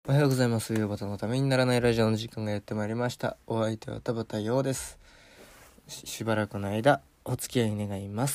おはようございます。ヨバタのためにならないラジオの時間がやってまいりました。お相手は田畑陽です。しばらくの間お付き合い願います。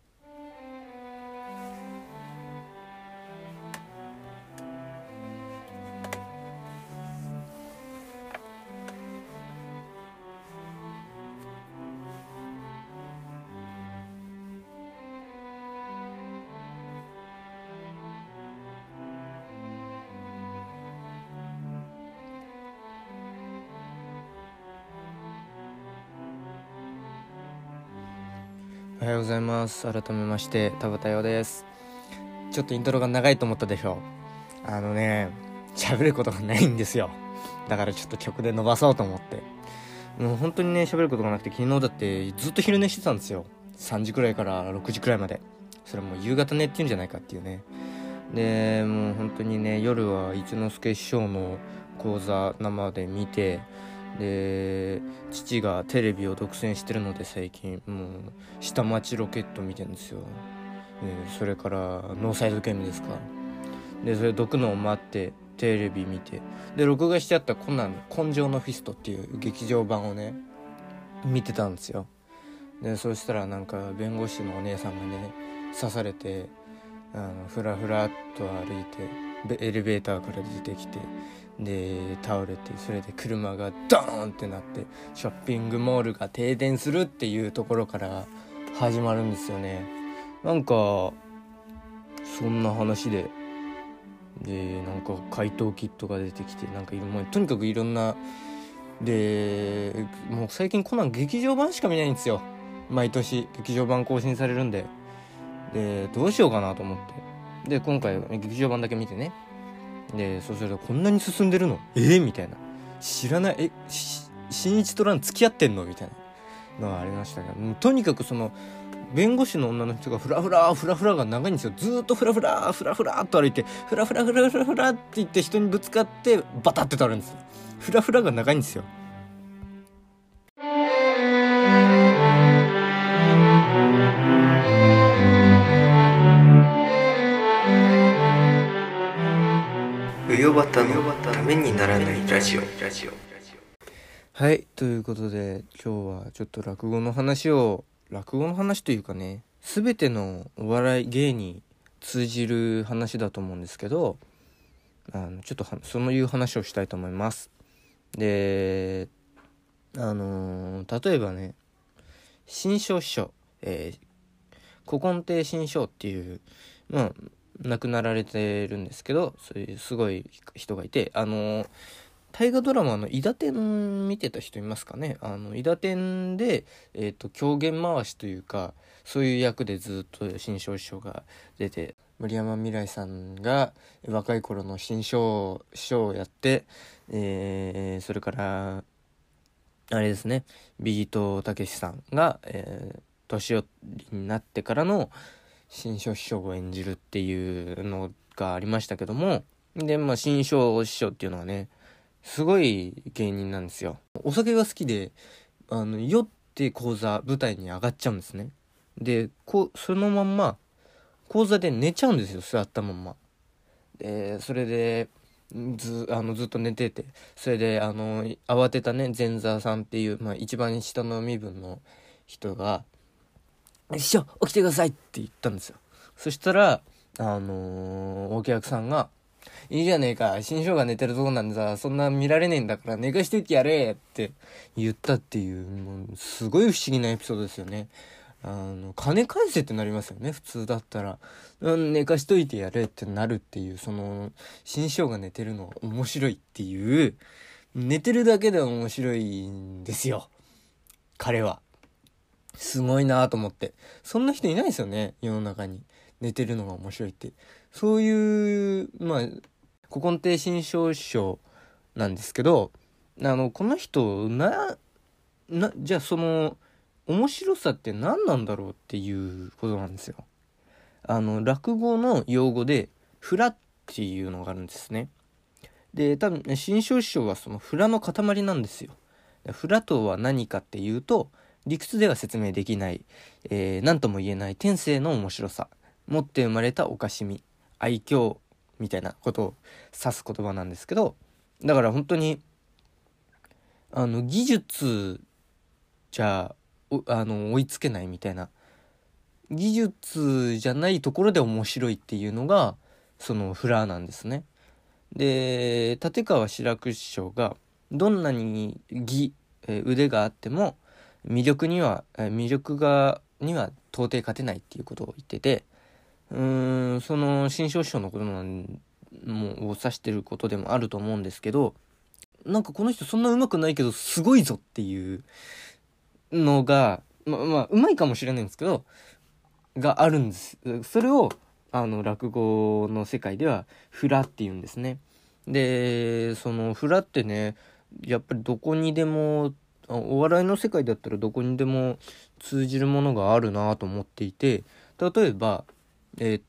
おはようございます。改めまして田畑陽です。ちょっとイントロが長いと思ったでしょう。喋ることがないんですよ。だからちょっと曲で伸ばそうと思って。もう本当にね、喋ることがなくて、昨日だってずっと昼寝してたんですよ。3時くらいから6時くらいまで。それもう夕方寝っていうんじゃないかっていうね。でもう本当にね、夜は一之輔師匠の講座生で見て、で父がテレビを独占してるので最近もう下町ロケット見てるんですよ。それからノーサイドゲームですか。でそれ読のを待ってテレビ見て、で録画してあったコナン根性のフィストっていう劇場版をね見てたんですよ。でそうしたらなんか弁護士のお姉さんがね刺されて、ふらふらっと歩いてエレベーターから出てきて、で倒れて、それで車がドーンってなってショッピングモールが停電するっていうところから始まるんですよね。なんかそんな話で、なんか怪盗キットが出てきて、なんかもうとにかくいろんなで、もう最近コナン劇場版しか見ないんですよ。毎年劇場版更新されるんで、どうしようかなと思って、で今回劇場版だけ見てね、でそうするとこんなに進んでるのみたいな、知らない新一と蘭付き合ってんのみたいなのがありましたけど、とにかくその弁護士の女の人がフラフラが長いんですよ。ずーっとフラフラっと歩いて、フラって言って人にぶつかってバタって倒れるんですよ。フラフラが長いんですよ。うよばたのためにならないラジオ。はい、ということで今日はちょっと落語の話というかね、全てのお笑い芸に通じる話だと思うんですけど、ちょっとそういう話をしたいと思います。で例えばね、新章師匠、古今亭新章っていう、亡くなられてるんですけど、そういうすごい人がいて、大河ドラマの伊達天見てた人いますかね。伊達天で、狂言回しというか、そういう役でずっと新章師匠が出て、森山未來さんが若い頃の新章師匠をやって、それからあれですね、ビートたけしさんが、年寄りになってからの新章師匠を演じるっていうのがありましたけども、で新章師匠っていうのはね、すごい芸人なんですよ。お酒が好きで、酔って舞台に上がっちゃうんですね。でそのまんま講座で寝ちゃうんですよ、座ったまんま。でそれでずっと寝てて、それで慌てたね前座さんっていう、一番下の身分の人が師匠起きてくださいって言ったんですよ。そしたらお客さんがいいじゃねえか、新生姜寝てるとこなんでさ、そんな見られねえんだから寝かしといてやれって言ったっていう、もうすごい不思議なエピソードですよね。金返せってなりますよね、普通だったら。寝かしといてやれってなるっていう、その新生姜寝てるの面白いっていう、寝てるだけで面白いんですよ、彼は。すごいなと思って。そんな人いないですよね、世の中に。寝てるのが面白いって。そういう、古今亭新章師匠なんですけど、この人、じゃあその、面白さって何なんだろうっていうことなんですよ。落語の用語で、フラっていうのがあるんですね。で、多分、新章師匠はそのフラの塊なんですよ。フラとは何かっていうと、理屈では説明できない、何とも言えない天性の面白さ、持って生まれたおかしみ、愛嬌みたいなことを指す言葉なんですけど、だから本当に技術じゃ追いつけないみたいな、技術じゃないところで面白いっていうのがそのフラなんですね。で、立川志らく師匠がどんなに腕があっても魅力には到底勝てないっていうことを言ってて、その新庄師匠のことを指してることでもあると思うんですけど、なんかこの人そんな上手くないけどすごいぞっていうのがまあ上手いかもしれないんですけどがあるんです。それを落語の世界ではフラって言うんですね。で、そのフラってね、やっぱりどこにでも、お笑いの世界だったらどこにでも通じるものがあるなと思っていて、例えばフッ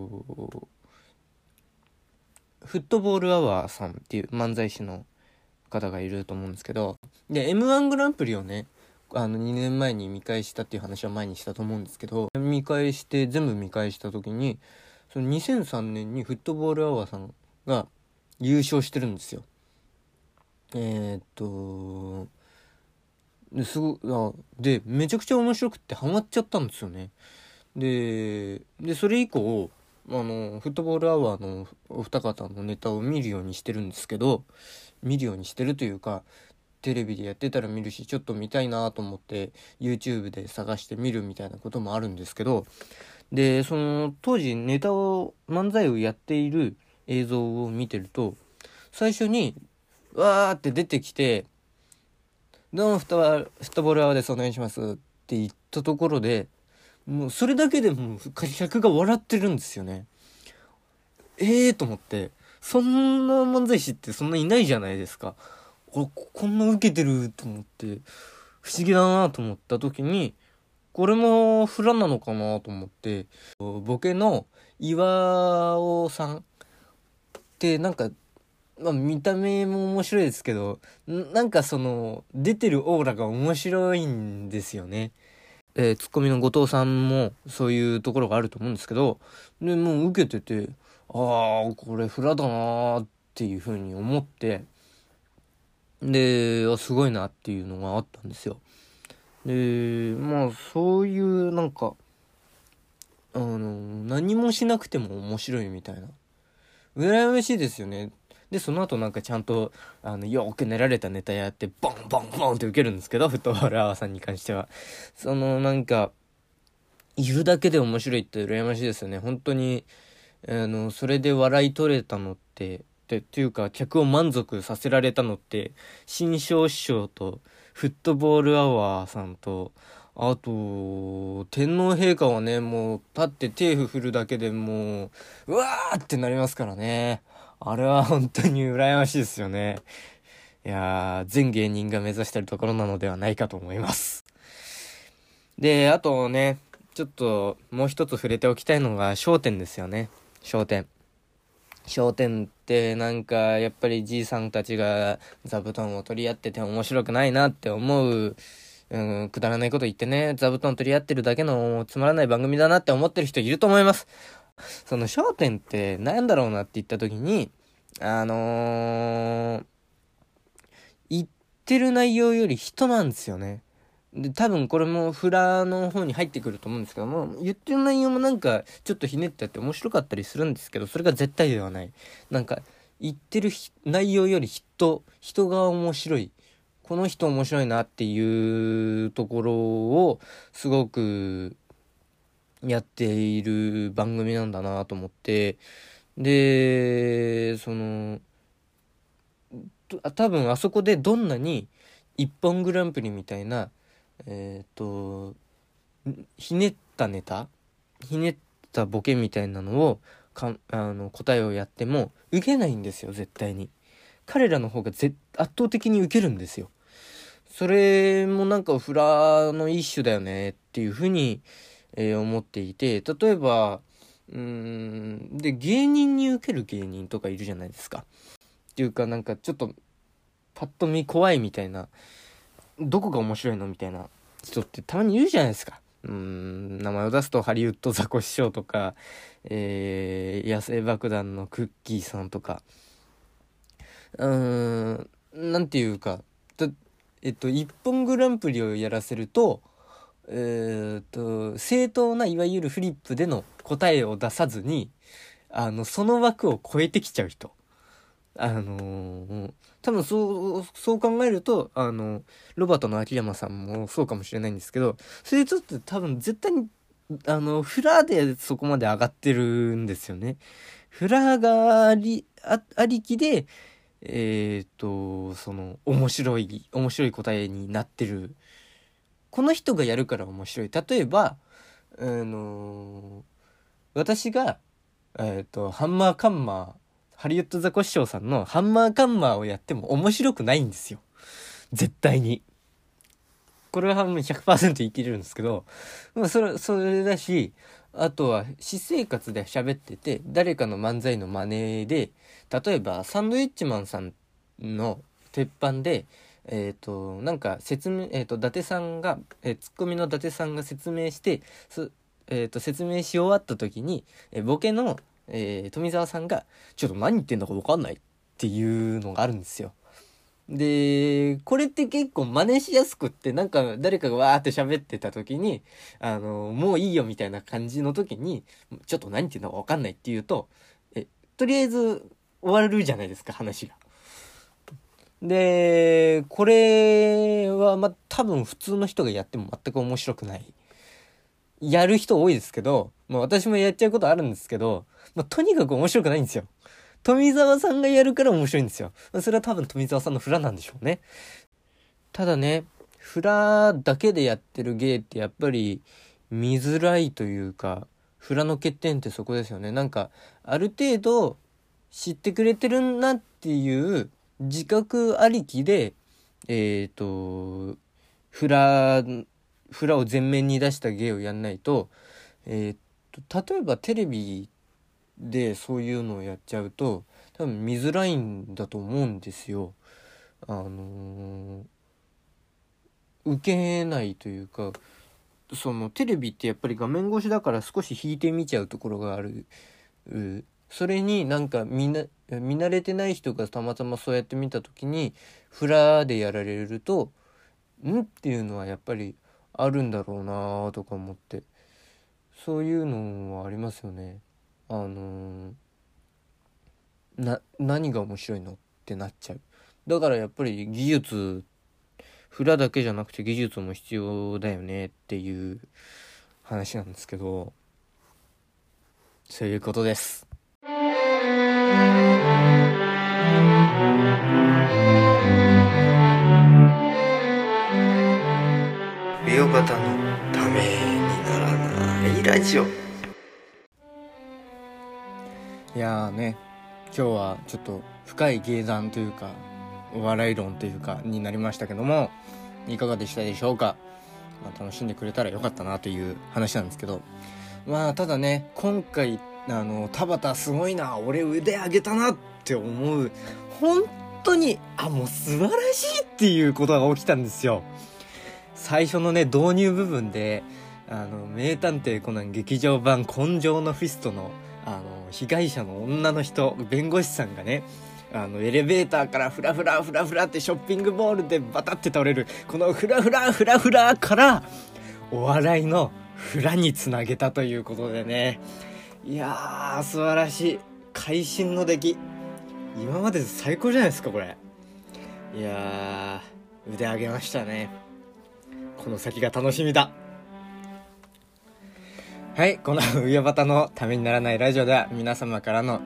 トボールアワーさんっていう漫才師の方がいると思うんですけど、で M1 グランプリをね2年前に見返したっていう話は前にしたと思うんですけど、全部見返した時に、その2003年にフットボールアワーさんが優勝してるんですよ。でめちゃくちゃ面白くってハマっちゃったんですよね。でそれ以降フットボールアワーのお二方のネタを見るようにしてるというか、テレビでやってたら見るし、ちょっと見たいなと思って YouTube で探して見るみたいなこともあるんですけど、でその当時漫才をやっている映像を見てると、最初にわーって出てきて、どうもフットボールアワーです、お願いしますって言ったところで、もうそれだけでもう客が笑ってるんですよね。と思って、そんな漫才師ってそんないないじゃないですか。こんな受けてると思って不思議だなと思った時に、これもフラなのかなと思って、ボケの岩尾さんってなんか、見た目も面白いですけど、なんかその出てるオーラが面白いんですよね。ツッコミの後藤さんもそういうところがあると思うんですけど、でもう受けてて、これフラだなっていう風に思って、ですごいなっていうのがあったんですよ。でそういうなんか何もしなくても面白いみたいな、羨ましいですよね。でその後なんかちゃんとよく練られたネタやってボンボンボンって受けるんですけど、フットボールアワーさんに関してはなんかいるだけで面白いって羨ましいですよね。本当にそれで笑い取れたのっていうか客を満足させられたのって新庄師匠とフットボールアワーさんと、あと天皇陛下はね、もう立って手振るだけでもうわーってなりますからね。あれは本当に羨ましいですよね。いやー、全芸人が目指してるところなのではないかと思います。であとね、ちょっともう一つ触れておきたいのが笑点ですよね。笑点ってなんかやっぱりじいさんたちが座布団を取り合ってて面白くないなって思う、くだらないこと言ってね、座布団取り合ってるだけのつまらない番組だなって思ってる人いると思います。その笑点ってなんだろうなって言った時に、言ってる内容より人なんですよね。で多分これもフラの方に入ってくると思うんですけども、言ってる内容もなんかちょっとひねってあって面白かったりするんですけど、それが絶対ではない。なんか言ってる内容より人が面白い、この人面白いなっていうところをすごくやっている番組なんだなと思って、で多分あそこでどんなに一本グランプリみたいなひねったボケみたいなのを答えをやっても受けないんですよ、絶対に。彼らの方が圧倒的に受けるんですよ。それもなんかフラの一種だよねっていうふうに、思っていて、例えばで芸人に受ける芸人とかいるじゃないですか。っていうかなんかちょっとパッと見怖いみたいな、どこが面白いのみたいな人ってたまにいるじゃないですか。 名前を出すとハリウッドザコシショウとか、野生爆弾のクッキーさんとか、なんていうか、一本グランプリをやらせると、正当ないわゆるフリップでの答えを出さずに、その枠を超えてきちゃう人。多分そう考えると、ロバートの秋山さんもそうかもしれないんですけど、それちょっと多分絶対に、フラでそこまで上がってるんですよね。フラがありきで、その、面白い答えになってる。この人がやるから面白い。例えば、私が、ハンマーカンマー、ハリウッドザコシショウさんのハンマーカンマーをやっても面白くないんですよ。絶対に。これは100% 言い切れるんですけど、それだし、あとは私生活で喋ってて、誰かの漫才の真似で、例えばサンドウィッチマンさんの鉄板で、なんか説明、伊達さんが、ツッコミの伊達さんが説明して、説明し終わった時に、ボケの、富澤さんがちょっと何言ってんだか分かんないっていうのがあるんですよ。でこれって結構真似しやすくって、なんか誰かがわーって喋ってた時にもういいよみたいな感じの時にちょっと何言ってんのか分かんないっていうととりあえず終わるじゃないですか、話が。でこれは多分普通の人がやっても全く面白くない、やる人多いですけど、私もやっちゃうことあるんですけど、とにかく面白くないんですよ。富澤さんがやるから面白いんですよ。それは多分富澤さんのフラなんでしょうね。ただね、フラだけでやってる芸ってやっぱり見づらいというか、フラの欠点ってそこですよね。なんかある程度知ってくれてるなっていう自覚ありきでフラを前面に出した芸をやんないと、例えばテレビでそういうのをやっちゃうと多分見づらいんだと思うんですよ。受けないというか、そのテレビってやっぱり画面越しだから少し引いて見ちゃうところがある。それになんか見慣れてない人がたまたまそうやって見た時にフラでやられるとっていうのはやっぱりあるんだろうなとか思って、そういうのはありますよね。何が面白いのってなっちゃう。だからやっぱり技術、フラだけじゃなくて技術も必要だよねっていう話なんですけど、そういうことです。美容方のためにならないラジオ。いやーね、今日はちょっと深い芸談というかお笑い論というかになりましたけども、いかがでしたでしょうか。楽しんでくれたらよかったなという話なんですけど、ただね、今回田畑すごいな、俺腕上げたなって思う、本当にもう素晴らしいっていうことが起きたんですよ。最初のね導入部分で名探偵コナン劇場版根性のフィストの被害者の女の人、弁護士さんがねエレベーターからフラフラってショッピングモールでバタって倒れる、このフラフラからお笑いのフラにつなげたということでね、いやー素晴らしい、会心の出来、今までで最高じゃないですかこれ。いやー腕上げましたね。この先が楽しみだ。はい、この上端のためにならないラジオでは皆様からの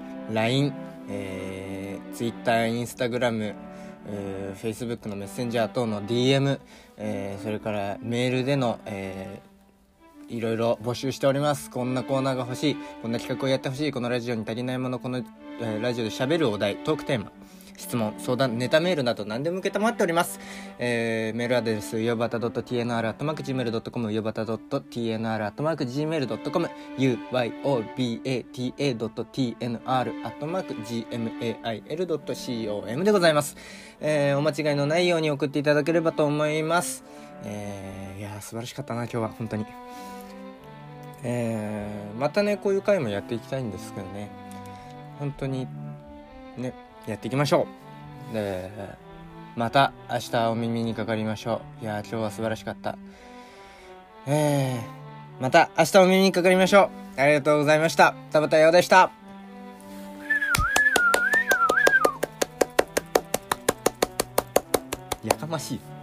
LINE、Twitter、Instagram、Facebook のメッセンジャー等の DM、それからメールでの、いろいろ募集しております。こんなコーナーが欲しい、こんな企画をやってほしい、このラジオに足りないもの、この、ラジオで喋るお題、トークテーマ、質問、相談、ネタメールなど何でも受けたまっております。メールアドレス、うよばた .tnr@gmail.com、うよばた .tnr@gmail.com、uyobata.tnr@gmail.com でございます。お間違いのないように送っていただければと思います。 いや素晴らしかったな今日は本当に。またねこういう回もやっていきたいんですけどね、本当にねやっていきましょう。でまた明日お耳にかかりましょう。いや今日は素晴らしかった。また明日お耳にかかりましょう。ありがとうございました。田畑洋でした。やかましい。